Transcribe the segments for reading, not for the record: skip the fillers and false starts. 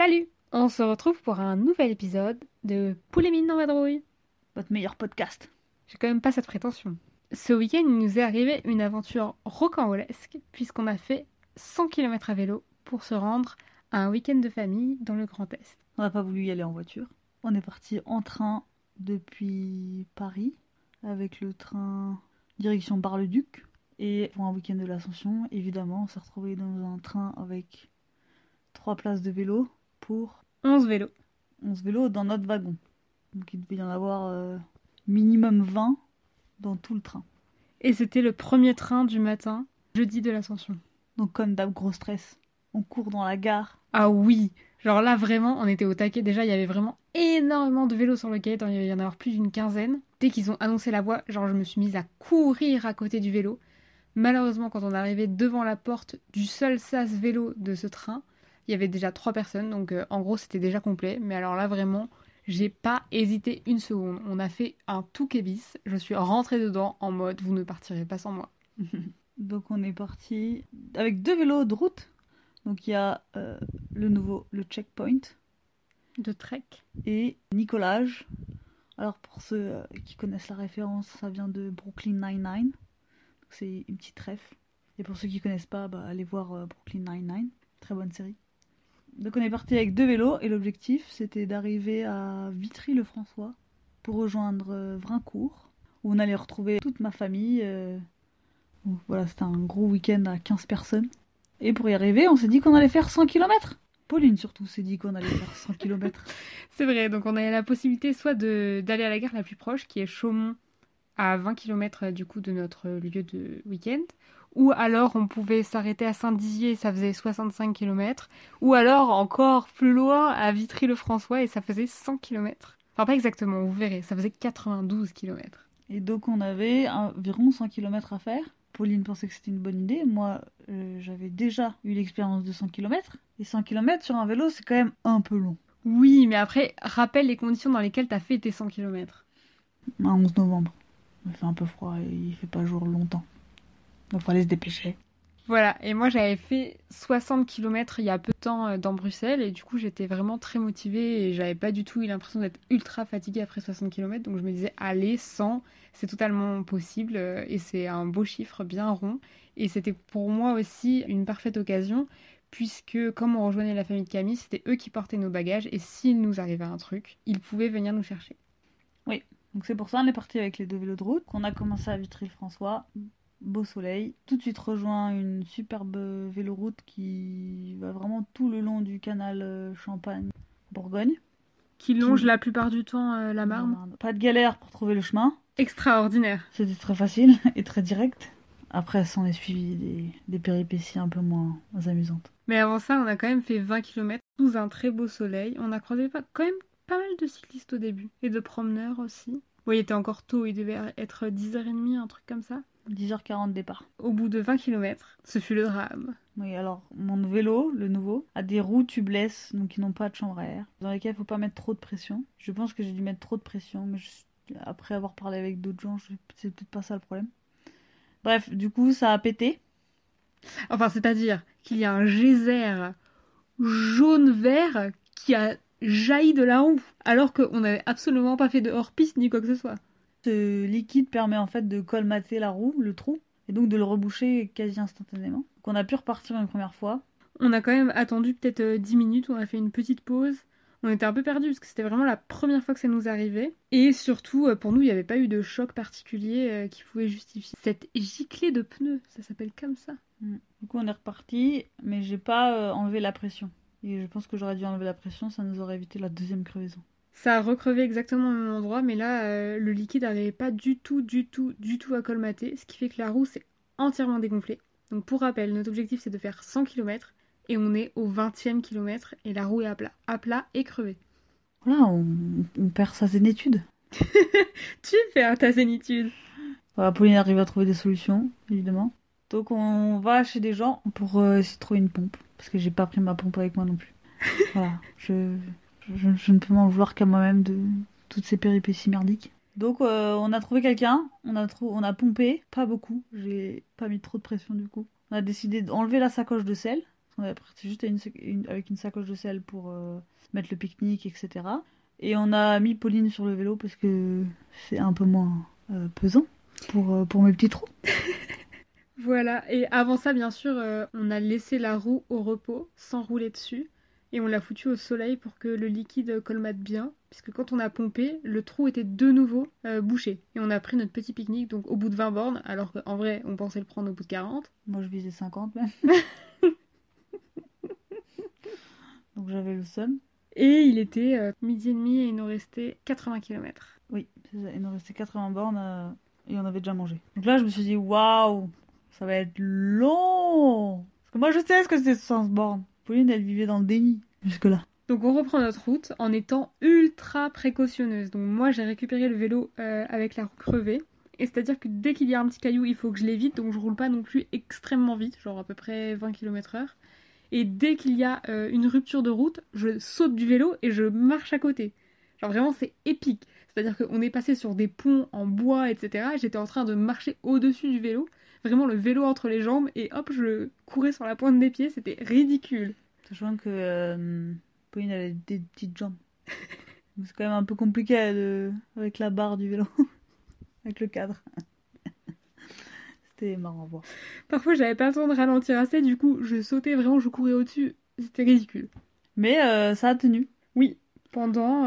Salut! On se retrouve pour un nouvel épisode de Poulet Mine en vadrouille. Votre meilleur podcast. J'ai quand même pas cette prétention. Ce week-end, il nous est arrivé une aventure rocambolesque puisqu'on a fait 100 km à vélo pour se rendre à un week-end de famille dans le Grand Est. On n'a pas voulu y aller en voiture. On est parti en train depuis Paris avec le train direction Bar-le-Duc. Et pour un week-end de l'Ascension, évidemment, on s'est retrouvé dans un train avec 3 places de vélo pour 11 vélos. 11 vélos dans notre wagon. Donc il devait y en avoir minimum 20 dans tout le train. Et c'était le premier train du matin, jeudi de l'Ascension. Donc comme d'hab, gros stress. On court dans la gare. Ah oui! Genre là, vraiment, on était au taquet. Déjà, il y avait vraiment énormément de vélos sur le quai. Il y en avait plus d'une quinzaine. Dès qu'ils ont annoncé la voie, genre je me suis mise à courir à côté du vélo. Malheureusement, quand on est arrivé devant la porte du seul sas vélo de ce train, il y avait déjà 3 personnes. Donc en gros, c'était déjà complet. Mais alors là, vraiment, j'ai pas hésité une seconde. On a fait un tout bis. Je suis rentrée dedans en mode, vous ne partirez pas sans moi. Donc on est parti avec 2 vélos de route. Donc il y a le Checkpoint. De trek. Et Nicolage. Alors pour ceux qui connaissent la référence, ça vient de Brooklyn Nine-Nine. C'est une petite ref. Et pour ceux qui connaissent pas, allez voir Brooklyn Nine-Nine. Très bonne série. Donc on est parti avec 2 vélos et l'objectif c'était d'arriver à Vitry-le-François pour rejoindre Vrincourt où on allait retrouver toute ma famille. Donc, voilà, c'était un gros week-end à 15 personnes. Et pour y arriver, on s'est dit qu'on allait faire 100 km. Pauline surtout s'est dit qu'on allait faire 100 km. C'est vrai, donc on a la possibilité soit d'aller à la gare la plus proche, qui est Chaumont, à 20 km du coup de notre lieu de week-end, ou alors on pouvait s'arrêter à Saint-Dizier, ça faisait 65 km, ou alors encore plus loin à Vitry-le-François et ça faisait 100 km. Enfin pas exactement, vous verrez, ça faisait 92 km. Et donc on avait environ 100 km à faire. Pauline pensait que c'était une bonne idée. Moi, j'avais déjà eu l'expérience de 100 km. Et 100 km sur un vélo, c'est quand même un peu long. Oui, mais après, rappelle les conditions dans lesquelles t'as fait tes 100 km. Un 11 novembre. Il fait un peu froid et il fait pas jour longtemps. Donc il fallait se dépêcher. Voilà, et moi j'avais fait 60 km il y a peu de temps dans Bruxelles et du coup j'étais vraiment très motivée et j'avais pas du tout eu l'impression d'être ultra fatiguée après 60 km, donc je me disais allez 100, c'est totalement possible et c'est un beau chiffre bien rond et c'était pour moi aussi une parfaite occasion puisque comme on rejoignait la famille de Camille, c'était eux qui portaient nos bagages et s'il nous arrivait un truc, ils pouvaient venir nous chercher. Oui, donc c'est pour ça on est parti avec les 2 vélos de route, qu'on a commencé à Vitry-le-François. Beau soleil, tout de suite rejoint une superbe véloroute qui va vraiment tout le long du canal Champagne-Bourgogne. Qui longe la plupart du temps la Marne. Pas de galère pour trouver le chemin. Extraordinaire. C'était très facile et très direct. Après, s'en est suivi des péripéties un peu moins amusantes. Mais avant ça, on a quand même fait 20 km sous un très beau soleil. On a croisé quand même pas mal de cyclistes au début et de promeneurs aussi. Oui, il était encore tôt, il devait être 10h30, un truc comme ça. 10h40 départ. Au bout de 20 km, ce fut le drame. Oui, alors mon vélo, le nouveau, a des roues tubeless, donc qui n'ont pas de chambre à air, dans lesquelles il ne faut pas mettre trop de pression. Je pense que j'ai dû mettre trop de pression, mais après avoir parlé avec d'autres gens, c'est peut-être pas ça le problème. Bref, du coup, ça a pété. Enfin, c'est-à-dire qu'il y a un geyser jaune-vert qui a jailli de la roue, alors qu'on n'avait absolument pas fait de hors-piste ni quoi que ce soit. Ce liquide permet en fait de colmater la roue, le trou, et donc de le reboucher quasi instantanément. Donc on a pu repartir une première fois. On a quand même attendu peut-être 10 minutes, on a fait une petite pause. On était un peu perdus parce que c'était vraiment la première fois que ça nous arrivait. Et surtout, pour nous, il n'y avait pas eu de choc particulier qui pouvait justifier cette giclée de pneus. Ça s'appelle comme ça. Du coup, on est reparti, mais j'ai pas enlevé la pression. Et je pense que j'aurais dû enlever la pression, ça nous aurait évité la deuxième crevaison. Ça a recrevé exactement au même endroit, mais là, le liquide n'arrivait pas du tout à colmater, ce qui fait que la roue s'est entièrement dégonflée. Donc pour rappel, notre objectif c'est de faire 100 km, et on est au 20e kilomètre, et la roue est à plat et crevée. Voilà, on perd sa zénitude. Tu perds ta zénitude. Voilà, Pauline arrive à trouver des solutions, évidemment. Donc on va chez des gens pour essayer de trouver une pompe, parce que j'ai pas pris ma pompe avec moi non plus. Voilà, je ne peux m'en vouloir qu'à moi-même de toutes ces péripéties merdiques. Donc on a trouvé quelqu'un, on a pompé, pas beaucoup, j'ai pas mis trop de pression du coup. On a décidé d'enlever la sacoche de sel, On avait parti juste avec une sacoche de sel pour mettre le pique-nique, etc. Et on a mis Pauline sur le vélo parce que c'est un peu moins pesant pour mes petits trous. Voilà, et avant ça, bien sûr, on a laissé la roue au repos, sans rouler dessus, et on l'a foutu au soleil pour que le liquide colmate bien, puisque quand on a pompé, le trou était de nouveau bouché. Et on a pris notre petit pique-nique, donc au bout de 20 bornes, alors qu'en vrai, on pensait le prendre au bout de 40. Moi, je visais 50 même. Donc j'avais le seum. Et il était midi et demi et il nous restait 80 km. Oui, c'est ça. Il nous restait 80 bornes et on avait déjà mangé. Donc là, je me suis dit, waouh, ça va être long. Parce que moi, je sais ce que c'est 100 bornes. Pauline, elle vivait dans le déni jusque-là. Donc on reprend notre route en étant ultra précautionneuse. Donc moi, j'ai récupéré le vélo avec la roue crevée. Et c'est-à-dire que dès qu'il y a un petit caillou, il faut que je l'évite. Donc je roule pas non plus extrêmement vite, genre à peu près 20 km/h. Et dès qu'il y a une rupture de route, je saute du vélo et je marche à côté. Genre vraiment, c'est épique. C'est-à-dire qu'on est passé sur des ponts en bois, etc. J'étais en train de marcher au-dessus du vélo. Vraiment le vélo entre les jambes. Et hop, je courais sur la pointe des pieds. C'était ridicule. Sachant que Pauline avait des petites jambes. Donc c'est quand même un peu compliqué avec la barre du vélo. Avec le cadre. C'était marrant à voir. Parfois, j'avais pas le temps de ralentir assez. Du coup, je sautais vraiment, je courais au-dessus. C'était ridicule. Mais ça a tenu. Oui, pendant...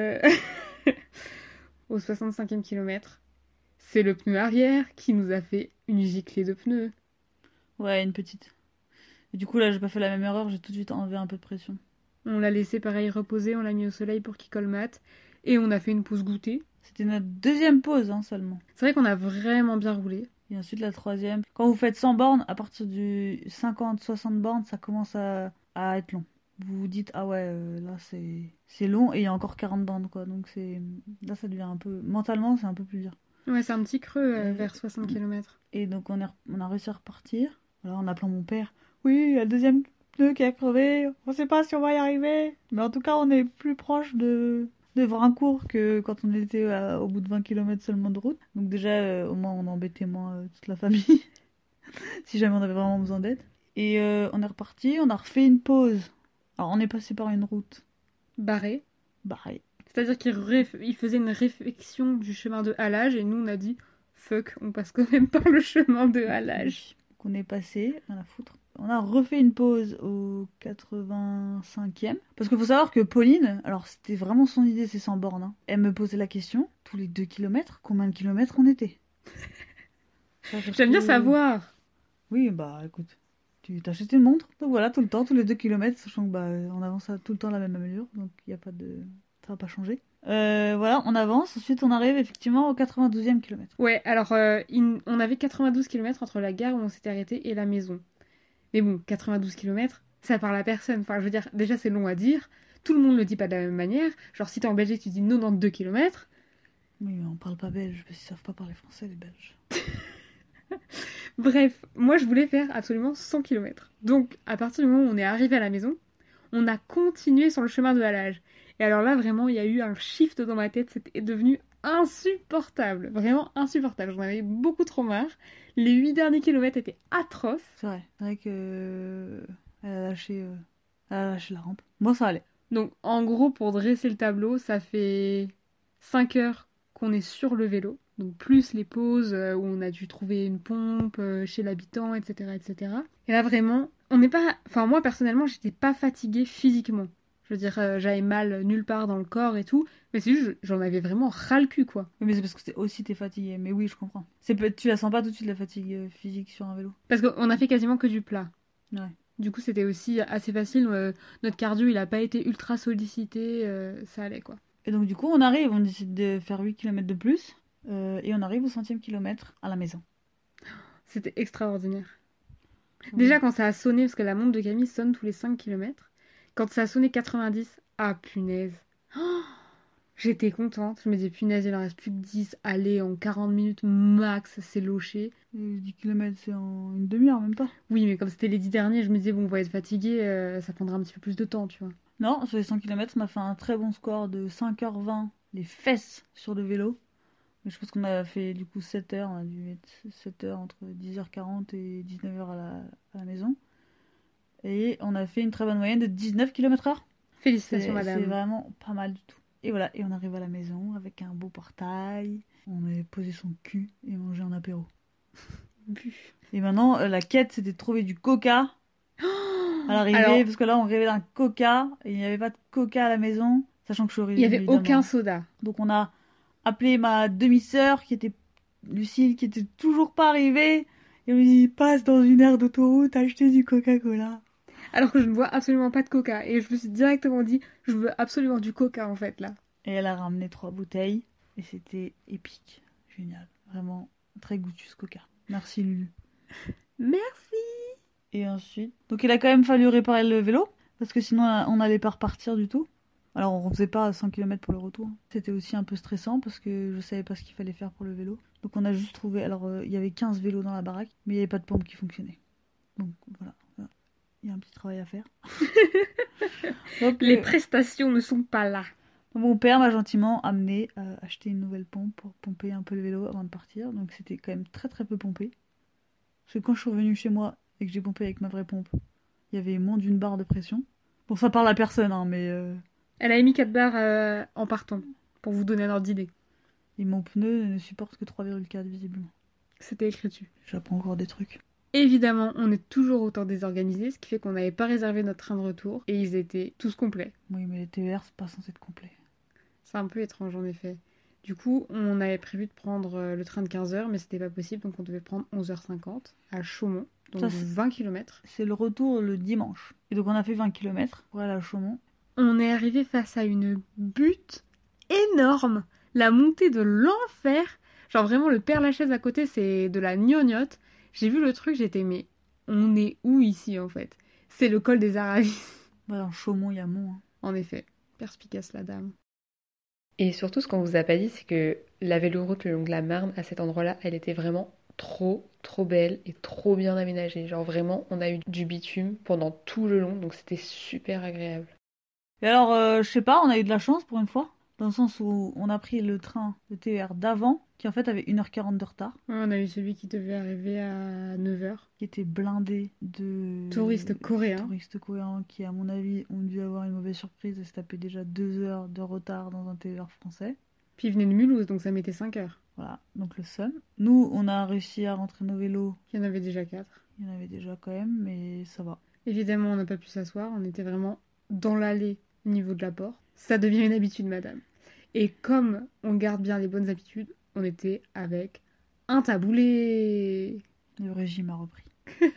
au 65e kilomètre, c'est le pneu arrière qui nous a fait une giclée de pneus. Ouais, une petite. Et du coup, là, j'ai pas fait la même erreur, j'ai tout de suite enlevé un peu de pression. On l'a laissé pareil reposer, on l'a mis au soleil pour qu'il colmate. Et on a fait une pause goûter. C'était notre deuxième pause seulement. C'est vrai qu'on a vraiment bien roulé. Et ensuite la troisième. Quand vous faites 100 bornes, à partir du 50-60 bornes, ça commence à être long. Vous vous dites, ah ouais, là c'est long et il y a encore 40 bornes quoi. Donc là ça devient un peu... Mentalement c'est un peu plus dur. Ouais, c'est un petit creux vers 60 km. Et donc on a réussi à repartir. Alors en appelant mon père, oui, il y a le deuxième pneu qui a crevé. On sait pas si on va y arriver. Mais en tout cas on est plus proche de Vrincourt que quand on était au bout de 20 km seulement de route. Donc déjà, au moins, on embêtait moins toute la famille, si jamais on avait vraiment besoin d'aide. Et on est reparti, on a refait une pause. Alors, on est passé par une route Barré. barrée. C'est-à-dire qu'il faisait une réflexion du chemin de halage et nous, on a dit fuck, on passe quand même par le chemin de halage. Donc, on est passé, rien à foutre. On a refait une pause au 85e. Parce qu'il faut savoir que Pauline, alors c'était vraiment son idée, c'est 100 bornes. Hein. Elle me posait la question, tous les 2 kilomètres, combien de kilomètres on était? J'aime bien savoir. Oui, bah écoute, tu t'achètes une montre, donc voilà, tout le temps, tous les 2 kilomètres, sachant que bah, on avance tout le temps à la même allure, donc il n'y a pas de... ça va pas changer. Voilà, on avance, ensuite on arrive effectivement au 92e kilomètre. Ouais, alors on avait 92 km entre la gare où on s'était arrêté et la maison. Mais bon, 92 km, ça parle à personne. Enfin, je veux dire, déjà c'est long à dire. Tout le monde le dit pas de la même manière. Genre, si t'es en Belgique, tu dis 92 km. Oui, mais on parle pas belge, parce qu'ils savent pas parler français, les Belges. Bref, moi je voulais faire absolument 100 km. Donc, à partir du moment où on est arrivé à la maison, on a continué sur le chemin de halage. Et alors là, vraiment, il y a eu un shift dans ma tête. C'était devenu insupportable. Vraiment insupportable. J'en avais beaucoup trop marre. Les 8 derniers kilomètres étaient atroces. C'est vrai que elle a lâché la rampe. Moi, ça allait. Donc, en gros, pour dresser le tableau, ça fait 5 heures qu'on est sur le vélo. Donc, plus les pauses où on a dû trouver une pompe chez l'habitant, etc., etc. Et là, vraiment, on n'est pas... Enfin, moi, personnellement, j'étais pas fatiguée physiquement. Je veux dire, j'avais mal nulle part dans le corps et tout. Mais c'est juste, j'en avais vraiment ras le cul, quoi. Mais c'est parce que aussi t'es fatigué. Mais oui, je comprends. Tu la sens pas tout de suite, la fatigue physique sur un vélo. Parce qu'on a fait quasiment que du plat. Ouais. Du coup, c'était aussi assez facile. Notre cardio, il a pas été ultra sollicité. Ça allait, quoi. Et donc, du coup, on arrive. On décide de faire 8 km de plus. Et on arrive au 100e kilomètre à la maison. C'était extraordinaire. Ouais. Déjà, quand ça a sonné, parce que la montre de Camille sonne tous les 5 km. Quand ça a sonné 90, ah punaise. Oh, j'étais contente. Je me disais, punaise, il en reste plus que 10. Allez, en 40 minutes max, c'est loché. 10 km, c'est en une demi-heure, même pas. Oui, mais comme c'était les 10 derniers, je me disais, bon, on va être fatigué, ça prendra un petit peu plus de temps, tu vois. Non, sur les 100 km, on a fait un très bon score de 5h20, les fesses sur le vélo. Mais je pense qu'on a fait du coup 7 heures. On a dû mettre 7 heures entre 10h40 et 19h à la maison. Et on a fait une très bonne moyenne de 19 km/h. Félicitations, madame. C'est vraiment pas mal du tout. Et voilà, et on arrive à la maison avec un beau portail. On a posé son cul et mangé un apéro. Et maintenant, la quête, c'était de trouver du coca à l'arrivée. Parce que là, on rêvait d'un coca. Et il n'y avait pas de coca à la maison. Sachant que je suis originaire. Il n'y avait aucun soda. Donc on a appelé ma demi-sœur, qui était Lucille, qui était toujours pas arrivée. Et on lui dit, passe dans une aire d'autoroute, acheter du Coca-Cola. Alors que je ne bois absolument pas de coca. Et je me suis directement dit, je veux absolument du coca en fait là. Et elle a ramené 3 bouteilles. Et c'était épique. Génial. Vraiment très goûtu ce coca. Merci Lulu. Merci. Et ensuite... Donc il a quand même fallu réparer le vélo. Parce que sinon on n'allait pas repartir du tout. Alors on ne faisait pas 100 km pour le retour. C'était aussi un peu stressant parce que je savais pas ce qu'il fallait faire pour le vélo. Donc on a juste trouvé... Alors il y avait 15 vélos dans la baraque. Mais il n'y avait pas de pompe qui fonctionnait. Donc voilà. Il y a un petit travail à faire. Donc, les prestations ne sont pas là. Mon père m'a gentiment amené à acheter une nouvelle pompe pour pomper un peu le vélo avant de partir. Donc c'était quand même très très peu pompé. Parce que quand je suis revenue chez moi et que j'ai pompé avec ma vraie pompe, il y avait moins d'une barre de pression. Bon, ça parle à personne, hein, mais... Elle a émis 4 barres en partant, pour vous donner un ordre d'idée. Et mon pneu ne supporte que 3,4 visiblement. C'était écrit dessus. J'apprends encore des trucs. Évidemment, on est toujours autant désorganisé, ce qui fait qu'on n'avait pas réservé notre train de retour, et ils étaient tous complets. Oui, mais les TER, c'est pas censé être complet. C'est un peu étrange en effet. Du coup, on avait prévu de prendre le train de 15h, mais c'était pas possible, donc on devait prendre 11h50 à Chaumont, donc ça, 20 km. C'est le retour le dimanche. Et donc on a fait 20 km pour aller à Chaumont. On est arrivé face à une butte énorme, la montée de l'enfer. Genre vraiment, le Père Lachaise à côté, c'est de la gnognotte. J'ai vu le truc, j'étais, mais on est où ici en fait? C'est le col des Aravis. Bah, dans Chaumont, il y a Mont. Hein. En effet, perspicace la dame. Et surtout, ce qu'on vous a pas dit, c'est que la véloroute le long de la Marne, à cet endroit-là, elle était vraiment trop belle et trop bien aménagée. Genre vraiment, on a eu du bitume pendant tout le long, donc c'était super agréable. Et alors, je sais pas, on a eu de la chance pour une fois. Dans le sens où on a pris le train, le TER d'avant, qui en fait avait 1h40 de retard. Ouais, on a eu celui qui devait arriver à 9h. Qui était blindé de... touristes coréens. Touristes coréens qui, à mon avis, ont dû avoir une mauvaise surprise et se taper déjà 2 heures de retard dans un TER français. Puis il venait de Mulhouse, donc ça mettait 5 heures. Voilà, donc le seum. Nous, on a réussi à rentrer nos vélos. Il y en avait déjà 4. Il y en avait déjà quand même, mais ça va. Évidemment, on n'a pas pu s'asseoir. On était vraiment dans l'allée au niveau de la porte. Ça devient une habitude, madame. Et comme on garde bien les bonnes habitudes, on était avec un taboulé. Le régime a repris.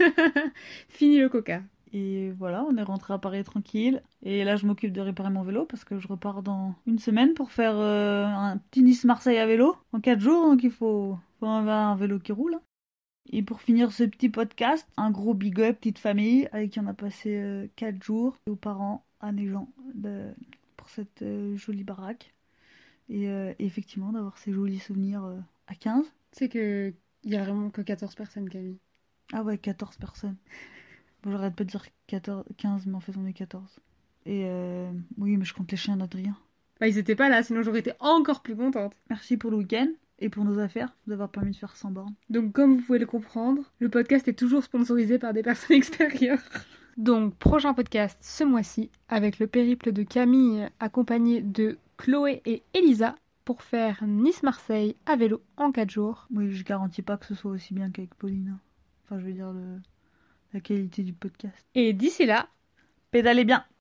Fini le coca. Et voilà, on est rentré à Paris tranquille. Et là, je m'occupe de réparer mon vélo parce que je repars dans une semaine pour faire un petit Nice-Marseille à vélo en 4 jours. Donc il faut avoir un vélo qui roule. Et pour finir ce petit podcast, un gros big up, petite famille, avec qui on a passé 4 jours. Et aux parents, Anne et Jean, pour cette jolie baraque. Et effectivement, d'avoir ces jolis souvenirs à 15. Tu sais qu'il y a vraiment que 14 personnes, Camille. Ah ouais, 14 personnes. Bon, j'arrête pas de dire 15, mais en fait, on est 14. Et oui, mais je compte les chiens d'Adrien. Bah, ils étaient pas là, sinon j'aurais été encore plus contente. Merci pour le week-end et pour nos affaires, d'avoir permis de faire 100 bornes. Donc, comme vous pouvez le comprendre, le podcast est toujours sponsorisé par des personnes extérieures. Donc, prochain podcast ce mois-ci, avec le périple de Camille, accompagné de Chloé et Elisa, pour faire Nice-Marseille à vélo en 4 jours. Oui, je garantis pas que ce soit aussi bien qu'avec Pauline. Enfin, je veux dire, la qualité du podcast. Et d'ici là, pédalez bien!